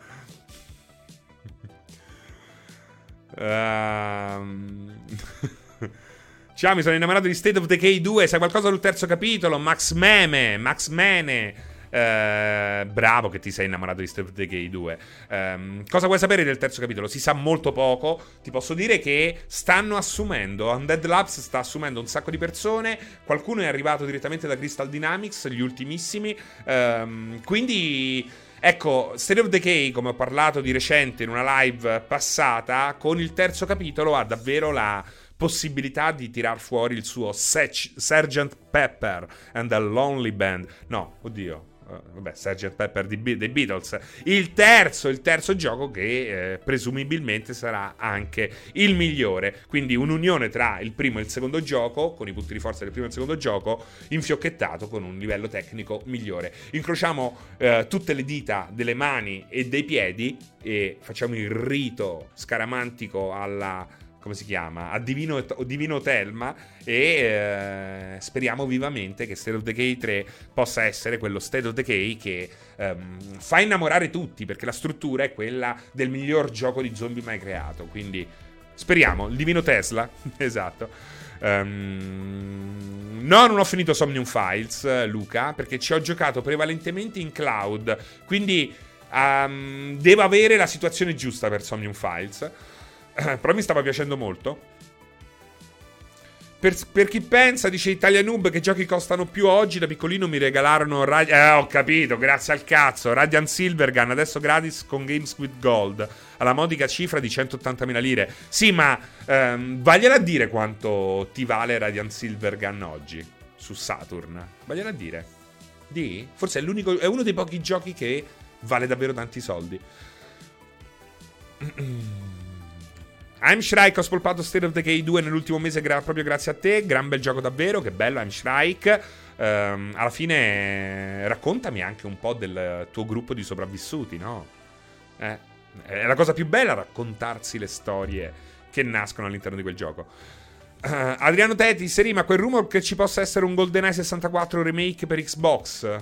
Ciao, mi sono innamorato di State of Decay 2. Sai qualcosa sul terzo capitolo? Max Mene. Bravo che ti sei innamorato di State of Decay 2. Cosa vuoi sapere del terzo capitolo? Si sa molto poco. Ti posso dire che stanno assumendo, Undead Labs sta assumendo un sacco di persone. Qualcuno è arrivato direttamente da Crystal Dynamics, gli ultimissimi. Quindi ecco, State of Decay, come ho parlato di recente in una live passata, con il terzo capitolo ha davvero la possibilità di tirar fuori il suo Sgt. Pepper and the Lonely Band. No, oddio. Vabbè, Sgt. Pepper dei Beatles. Il terzo gioco che presumibilmente sarà anche il migliore. Quindi un'unione tra il primo e il secondo gioco, con i punti di forza del primo e il secondo gioco, infiocchettato con un livello tecnico migliore. Incrociamo tutte le dita delle mani e dei piedi e facciamo il rito scaramantico alla... come si chiama? A Divino Telma. E speriamo vivamente che State of Decay 3 possa essere quello State of Decay che fa innamorare tutti, perché la struttura è quella del miglior gioco di zombie mai creato. Quindi speriamo, il Divino Tesla. Esatto. No, non ho finito Somnium Files, Luca, perché ci ho giocato prevalentemente in cloud. Quindi devo avere la situazione giusta per Somnium Files. Però mi stava piacendo molto. Per chi pensa, dice Italia Noob, che giochi costano più oggi, da piccolino mi regalarono ho capito, grazie al cazzo, Radiant Silvergun, adesso gratis con Games with Gold, alla modica cifra di 180.000 lire. Sì, ma vagliela a dire quanto ti vale Radiant Silvergun oggi su Saturn. Vagliela a dire. Forse è uno dei pochi giochi che vale davvero tanti soldi. Heimstrike, ho spolpato State of Decay 2 nell'ultimo mese proprio grazie a te. Gran bel gioco davvero, che bello Heimstrike. Alla fine raccontami anche un po' del tuo gruppo di sopravvissuti, no? È la cosa più bella, raccontarsi le storie che nascono all'interno di quel gioco. Adriano Teti, Seri, ma quel rumor che ci possa essere un GoldenEye 64 remake per Xbox?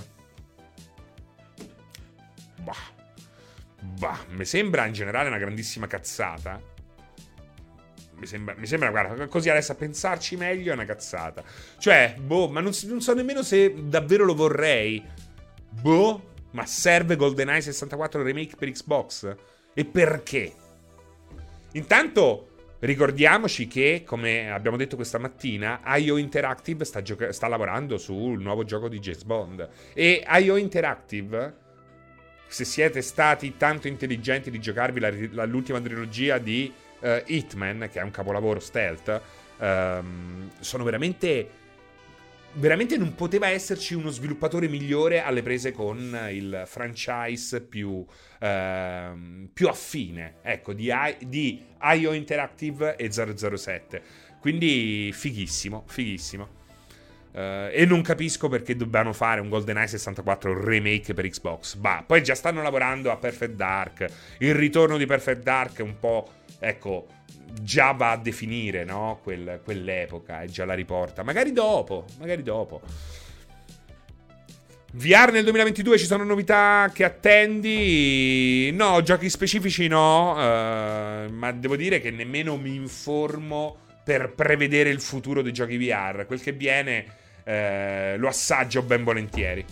Mi sembra in generale una grandissima cazzata. Mi sembra, guarda, così adesso a pensarci meglio è una cazzata. Cioè, ma non so nemmeno se davvero lo vorrei. Ma serve GoldenEye 64 remake per Xbox? E perché? Intanto ricordiamoci che, come abbiamo detto questa mattina, IO Interactive sta lavorando sul nuovo gioco di James Bond. E IO Interactive, se siete stati tanto intelligenti di giocarvi l'ultima trilogia di Hitman, che è un capolavoro stealth, sono veramente non poteva esserci uno sviluppatore migliore alle prese con il franchise più affine, ecco, di IO Interactive e 007. Quindi fighissimo. E non capisco perché dobbiano fare un GoldenEye 64 remake per Xbox. Poi già stanno lavorando a Perfect Dark. Il ritorno di Perfect Dark è un po', ecco, già va a definire, no? Quell'epoca e già la riporta. Magari dopo. VR nel 2022 ci sono novità che attendi? No, giochi specifici no. Ma devo dire che nemmeno mi informo per prevedere il futuro dei giochi VR. Quel che viene lo assaggio ben volentieri.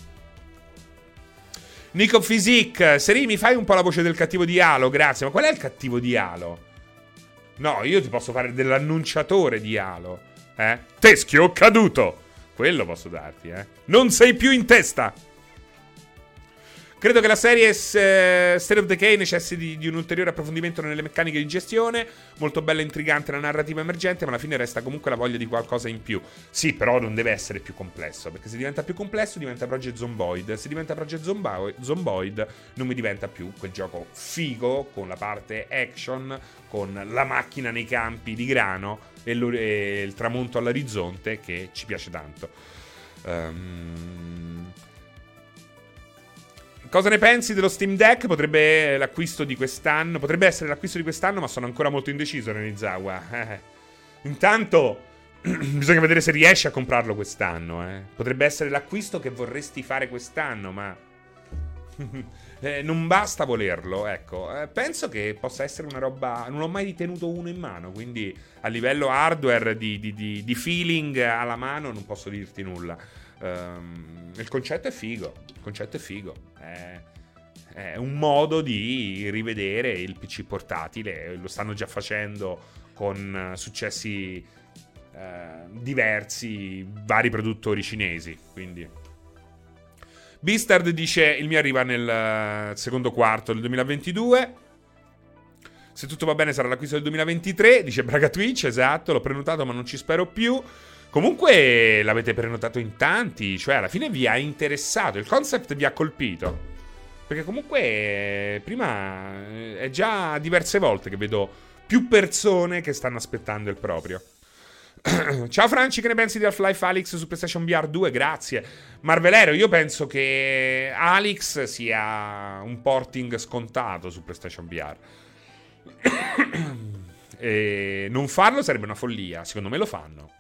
Nico Physique, Seri, mi fai un po' la voce del cattivo di Halo? Grazie. Ma qual è il cattivo di Halo? No, io ti posso fare dell'annunciatore di Halo. Teschio caduto. Quello posso darti, Non sei più in testa. Credo che la serie State of Decay necessiti di un ulteriore approfondimento nelle meccaniche di gestione. Molto bella e intrigante la narrativa emergente, ma alla fine resta comunque la voglia di qualcosa in più. Sì, però non deve essere più complesso, perché se diventa più complesso diventa Project Zomboid. Se diventa Project Zomboid non mi diventa più quel gioco figo con la parte action, con la macchina nei campi di grano e il tramonto all'orizzonte che ci piace tanto. Cosa ne pensi dello Steam Deck? Potrebbe essere l'acquisto di quest'anno, ma sono ancora molto indeciso, Renizawa. Intanto bisogna vedere se riesci a comprarlo quest'anno. Potrebbe essere l'acquisto che vorresti fare quest'anno, ma non basta volerlo, ecco. Penso che possa essere una roba. Non ho mai tenuto uno in mano, quindi a livello hardware di feeling alla mano non posso dirti nulla. Il concetto è figo. È un modo di rivedere il PC portatile. Lo stanno già facendo con successi diversi, vari produttori cinesi. Quindi Beastard dice: il mio arriva nel secondo quarto del 2022. Se tutto va bene sarà l'acquisto del 2023. Dice Braga Twitch. Esatto, l'ho prenotato ma non ci spero più. Comunque l'avete prenotato in tanti, cioè alla fine vi ha interessato, il concept vi ha colpito. Perché comunque prima è già diverse volte che vedo più persone che stanno aspettando il proprio. Ciao Franci, che ne pensi di Half-Life Alyx su PlayStation VR 2? Grazie. Marvelero, io penso che Alyx sia un porting scontato su PlayStation VR. E non farlo sarebbe una follia. Secondo me lo fanno.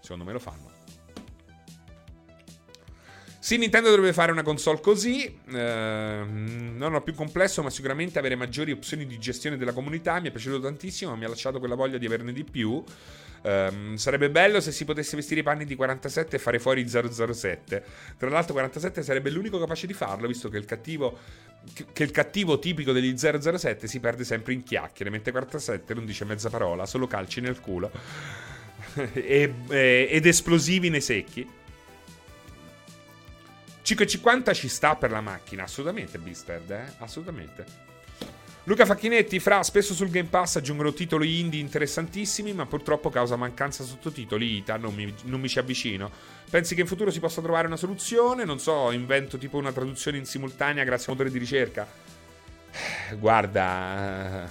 Sì, Nintendo dovrebbe fare una console così. non ho più complesso, ma sicuramente avere maggiori opzioni di gestione della comunità mi è piaciuto tantissimo, mi ha lasciato quella voglia di averne di più. Sarebbe bello se si potesse vestire i panni di 47 e fare fuori 007. Tra l'altro 47 sarebbe l'unico capace di farlo, visto che il cattivo tipico degli 007 si perde sempre in chiacchiere, mentre 47 non dice mezza parola, solo calci nel culo ed esplosivi nei secchi. 5,50 ci sta per la macchina, assolutamente, Beastard, assolutamente. Luca Facchinetti, spesso sul Game Pass aggiungono titoli indie interessantissimi, ma purtroppo causa mancanza sottotitoli ITA, non mi ci avvicino. Pensi che in futuro si possa trovare una soluzione? Non so, invento tipo una traduzione in simultanea grazie a un motore di ricerca? Guarda,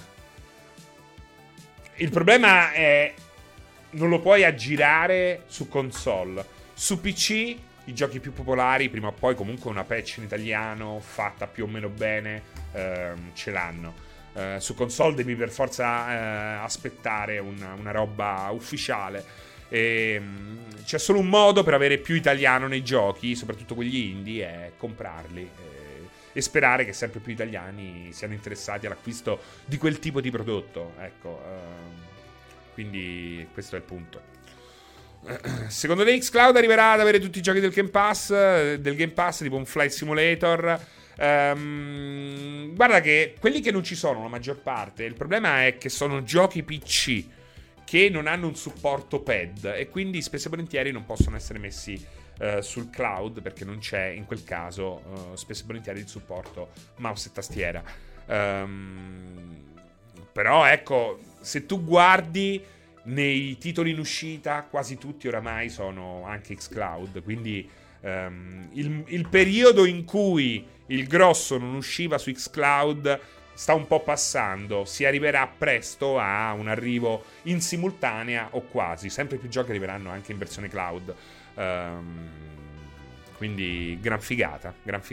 il problema è non lo puoi aggirare su console. Su PC i giochi più popolari prima o poi comunque una patch in italiano fatta più o meno bene ce l'hanno. Su console devi per forza aspettare una roba ufficiale. C'è solo un modo per avere più italiano nei giochi, soprattutto quelli indie, è comprarli e sperare che sempre più italiani siano interessati all'acquisto di quel tipo di prodotto. Ecco, quindi questo è il punto. Secondo te xCloud arriverà ad avere tutti i giochi del Game Pass tipo un Flight Simulator? Guarda che quelli che non ci sono, la maggior parte, il problema è che sono giochi PC che non hanno un supporto pad e quindi spesso e volentieri non possono essere messi sul cloud, perché non c'è in quel caso spesso e volentieri il supporto mouse e tastiera. Però ecco, se tu guardi nei titoli in uscita, quasi tutti oramai sono anche xCloud, quindi il periodo in cui il grosso non usciva su xCloud sta un po' passando. Si arriverà presto a un arrivo in simultanea o quasi. Sempre più giochi arriveranno anche in versione cloud. Quindi gran figata.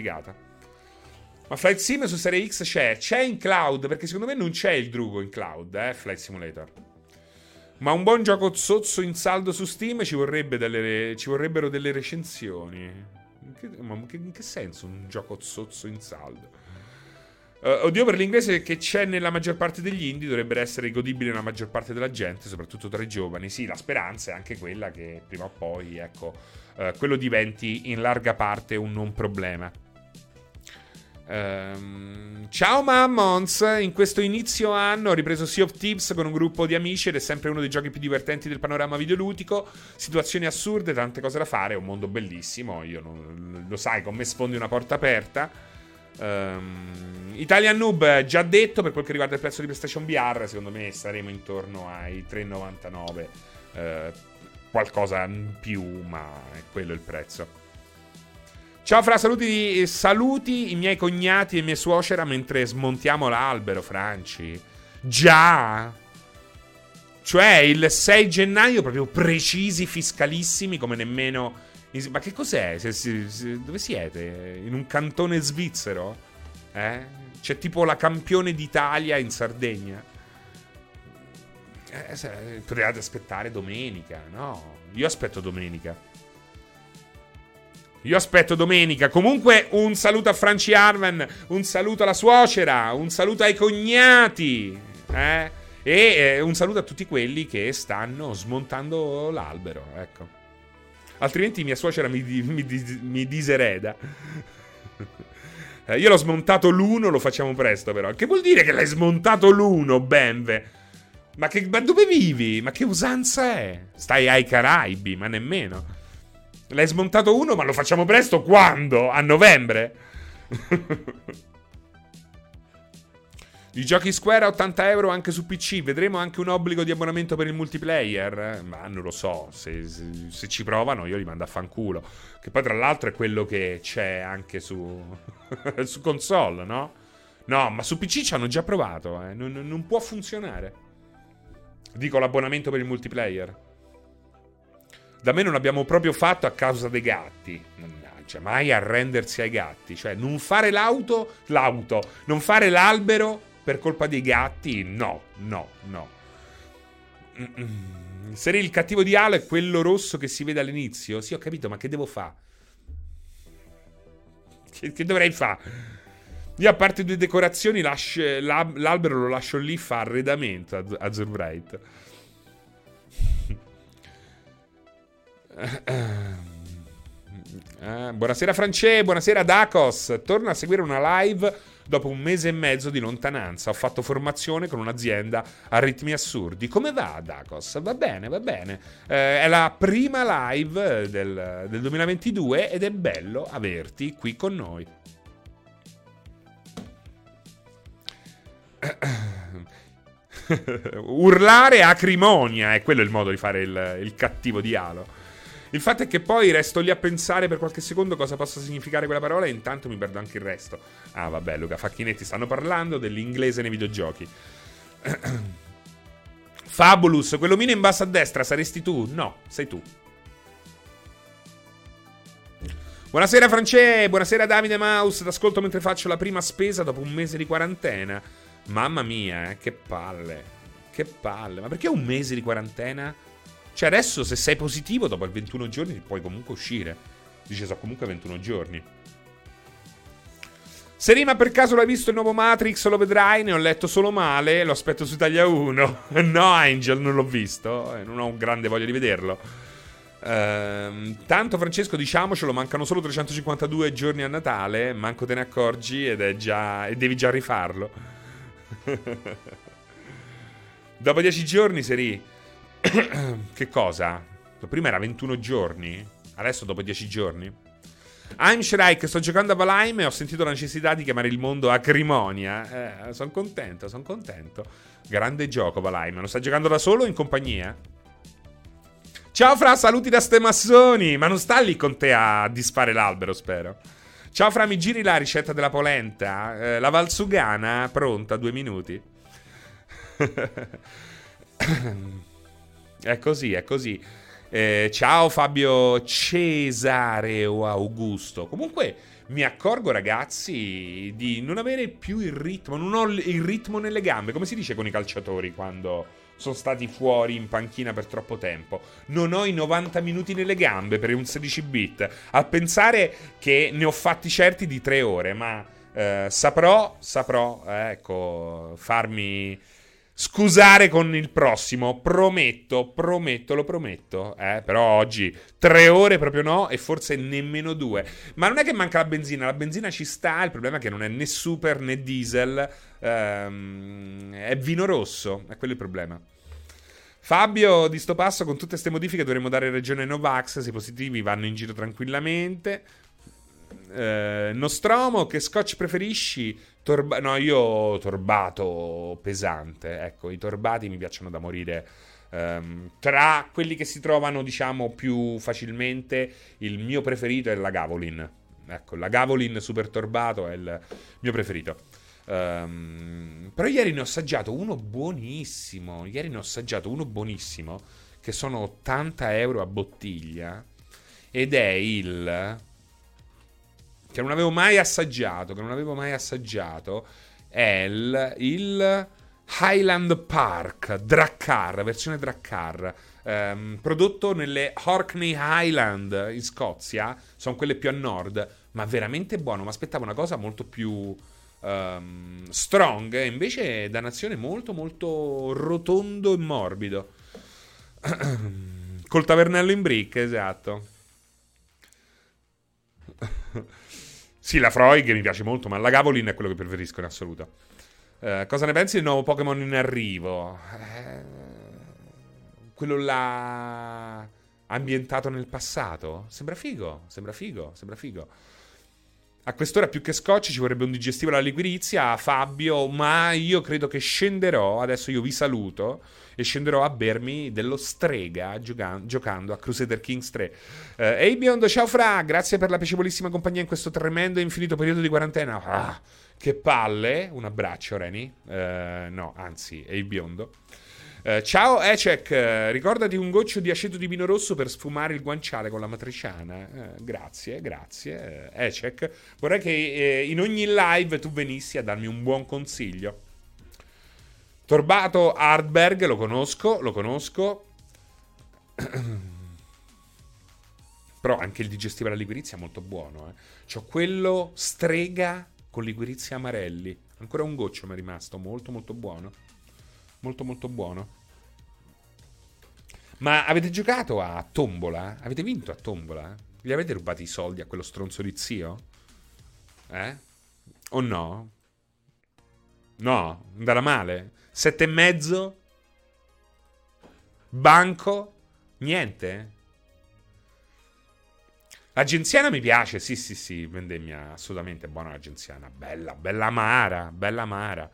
Ma Flight Sim su Serie X c'è in cloud, perché secondo me non c'è il Drugo in cloud, Flight Simulator. Ma un buon gioco zozzo in saldo su Steam ci vorrebbero delle recensioni. In che senso un gioco zozzo in saldo? Oddio, per l'inglese che c'è nella maggior parte degli indie dovrebbe essere godibile nella maggior parte della gente, soprattutto tra i giovani. Sì, la speranza è anche quella che prima o poi, ecco, quello diventi in larga parte un non problema. Ciao Mammons, in questo inizio anno ho ripreso Sea of Thieves con un gruppo di amici ed è sempre uno dei giochi più divertenti del panorama videoludico. Situazioni assurde, tante cose da fare, è un mondo bellissimo. Io lo sai, con me sfondi una porta aperta. Italian Noob, già detto. Per quel che riguarda il prezzo di PlayStation VR, secondo me saremo intorno ai 3,99, qualcosa in più, ma è quello il prezzo. Ciao Fra, saluti i miei cognati e mia suocera mentre smontiamo l'albero, Franci. Già? Cioè il 6 gennaio proprio precisi, fiscalissimi, come nemmeno... Ma che cos'è? Dove siete? In un cantone svizzero? C'è tipo la campione d'Italia in Sardegna? Potevate aspettare domenica, no? Io aspetto domenica. Comunque un saluto a Franci Arven, un saluto alla suocera, un saluto ai cognati, e un saluto a tutti quelli che stanno smontando l'albero, ecco. Altrimenti mia suocera mi disereda. Io l'ho smontato l'1, lo facciamo presto però. Che vuol dire che l'hai smontato l'1, Benve? Ma dove vivi? Ma che usanza è? Stai ai Caraibi, ma nemmeno. L'hai smontato 1, ma lo facciamo presto quando? A novembre? I giochi Square a 80 euro anche su PC. Vedremo anche un obbligo di abbonamento per il multiplayer? Ma non lo so. Se ci provano io li mando a fanculo. Che poi tra l'altro è quello che c'è anche su su console, no? No, ma su PC ci hanno già provato, non può funzionare. Dico l'abbonamento per il multiplayer. Da me non abbiamo proprio fatto a causa dei gatti. Mannaggia, mai arrendersi ai gatti. Cioè, non fare l'auto, non fare l'albero per colpa dei gatti, no. Sarei il cattivo di Halo è quello rosso che si vede all'inizio? Sì, ho capito, ma che devo fare? Che dovrei fare? Io a parte due decorazioni l'albero lo lascio lì, fa arredamento a Zurbright. Buonasera France, buonasera Dacos. Torno a seguire una live dopo un mese e mezzo di lontananza. Ho fatto formazione con un'azienda a ritmi assurdi. Come va Dacos? Va bene, va bene. È la prima live del 2022 ed è bello averti qui con noi. Urlare acrimonia è quello il modo di fare il cattivo di Halo. Il fatto è che poi resto lì a pensare per qualche secondo cosa possa significare quella parola e intanto mi perdo anche il resto. Ah vabbè Luca Facchinetti, stanno parlando dell'inglese nei videogiochi. Fabulous, quell'omino in basso a destra saresti tu? No, sei tu. Buonasera France, buonasera Davide Maus. T'ascolto mentre faccio la prima spesa dopo un mese di quarantena. Mamma mia, che palle. Che palle. Ma perché un mese di quarantena? Cioè adesso se sei positivo dopo i 21 giorni puoi comunque uscire. Dice so comunque 21 giorni. Serima, per caso l'hai visto il nuovo Matrix? Lo vedrai? Ne ho letto solo male. Lo aspetto su Italia 1. No Angel, non l'ho visto. Non ho grande voglia di vederlo. Tanto Francesco, diciamocelo, mancano solo 352 giorni a Natale. Manco te ne accorgi e devi già rifarlo. Dopo 10 giorni Seri. Che cosa? Prima era 21 giorni, adesso dopo 10 giorni. I'm Shrike, sto giocando a Valheim e ho sentito la necessità di chiamare il mondo acrimonia. Sono contento, sono contento. Grande gioco Valheim. Lo stai giocando da solo o in compagnia? Ciao Fra, saluti da ste massoni. Ma non sta lì con te a disfare l'albero, spero. Ciao Fra, mi giri la ricetta della polenta? La valsugana pronta, 2 minuti. È così, è così. Ciao Fabio Cesare o Augusto. Comunque mi accorgo ragazzi di non avere più il ritmo. Non ho il ritmo nelle gambe. Come si dice con i calciatori quando sono stati fuori in panchina per troppo tempo? Non ho i 90 minuti nelle gambe per un 16 bit. A pensare che ne ho fatti certi di 3 ore. Ma saprò, ecco, farmi scusare con il prossimo, prometto, lo prometto. Però oggi 3 ore proprio no, e forse nemmeno 2. Ma non è che manca la benzina ci sta, il problema è che non è né super né diesel, è vino rosso, è quello il problema. Fabio, di sto passo con tutte ste modifiche dovremmo dare ragione ai Novax, se i positivi vanno in giro tranquillamente. Nostromo, che scotch preferisci? No, io torbato pesante. Ecco, i torbati mi piacciono da morire. Tra quelli che si trovano, diciamo, più facilmente, il mio preferito è la Gavolin. Ecco, la Gavolin super torbato è il mio preferito. Però ieri ne ho assaggiato uno buonissimo. Che sono 80 euro a bottiglia. Ed è che non avevo mai assaggiato, è il Highland Park Drakkar, versione Drakkar, prodotto nelle Orkney Highland in Scozia, sono quelle più a nord, ma veramente buono. Mi aspettavo una cosa molto più strong, invece dannazione molto molto rotondo e morbido. Col tavernello in brick, esatto. Sì, la Freud mi piace molto, ma la Gavolin è quello che preferisco in assoluto. Cosa ne pensi del nuovo Pokémon in arrivo? Quello là ambientato nel passato? Sembra figo. A quest'ora più che scotch ci vorrebbe un digestivo alla liquirizia, Fabio, ma io credo che scenderò, adesso io vi saluto, e scenderò a bermi dello strega giocando a Crusader Kings 3. Ehi biondo, ciao Fra, grazie per la piacevolissima compagnia in questo tremendo e infinito periodo di quarantena. Ah, che palle, un abbraccio Reni. No, anzi, ehi biondo. Ciao Ecek, ricordati un goccio di aceto di vino rosso per sfumare il guanciale con la matriciana. Grazie Ecek. Vorrei che in ogni live tu venissi a darmi un buon consiglio. Torbato Hardberg, lo conosco. Però anche il digestivo alla liquirizia è molto buono. C'ho quello strega con liquirizia amarelli. Ancora un goccio mi è rimasto, molto molto buono. Molto molto buono. Ma avete giocato a Tombola? Avete vinto a Tombola? Gli avete rubati i soldi a quello stronzo di zio? O no? No, andava male. 7,5? Banco? Niente? L'agenziana mi piace, sì, vendemmia assolutamente buona l'agenziana. Bella, bella amara, bella amara.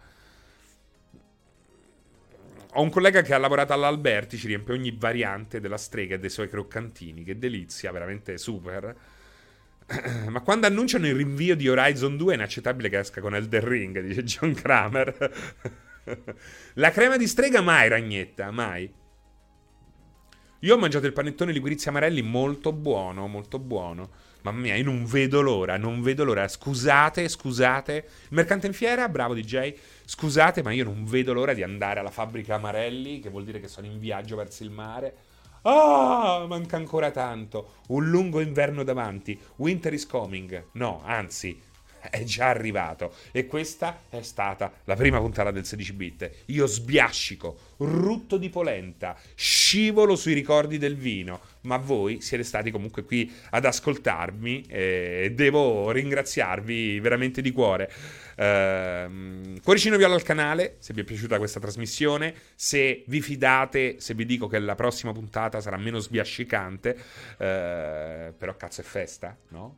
Ho un collega che ha lavorato all'Alberti, ci riempie ogni variante della strega e dei suoi croccantini. Che delizia, veramente super. Ma quando annunciano il rinvio di Horizon 2 è inaccettabile che esca con Elden Ring, dice John Kramer. La crema di strega mai, Ragnetta, mai. Io ho mangiato il panettone liquirizia amarelli, molto buono, molto buono. Mamma mia, io non vedo l'ora, non vedo l'ora. Scusate. Il mercante in fiera, bravo DJ. Scusate, ma io non vedo l'ora di andare alla fabbrica Amarelli, che vuol dire che sono in viaggio verso il mare. Ah, manca ancora tanto. Un lungo inverno davanti. Winter is coming. No, anzi, è già arrivato. E questa è stata la prima puntata del 16 bit. Io sbiascico, rutto di polenta, scivolo sui ricordi del vino. Ma voi siete stati comunque qui ad ascoltarmi e devo ringraziarvi veramente di cuore. Cuoricino viola al canale se vi è piaciuta questa trasmissione, se vi fidate, se vi dico che la prossima puntata sarà meno sbiascicante, però cazzo è festa, no?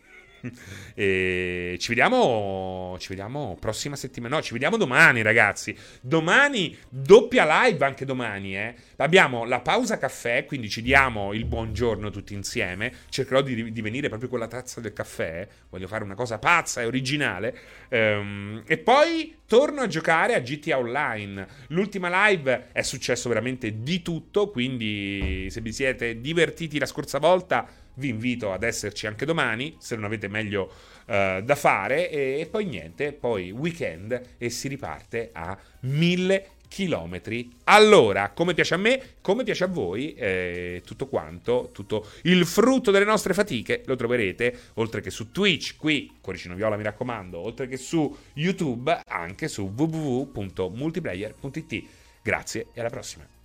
E ci vediamo prossima settimana. No, ci vediamo domani, ragazzi. Domani doppia live, anche domani, Abbiamo la pausa caffè, quindi ci diamo il buongiorno tutti insieme. Cercherò di venire proprio con la tazza del caffè. Voglio fare una cosa pazza e originale. E poi torno a giocare a GTA Online. L'ultima live è successo veramente di tutto, quindi se vi siete divertiti la scorsa volta vi invito ad esserci anche domani, se non avete meglio da fare, e poi niente, poi weekend e si riparte a 1000 chilometri. Allora, come piace a me, come piace a voi, tutto quanto, tutto il frutto delle nostre fatiche lo troverete, oltre che su Twitch, qui, Cuoricino Viola mi raccomando, oltre che su YouTube, anche su www.multiplayer.it. Grazie e alla prossima.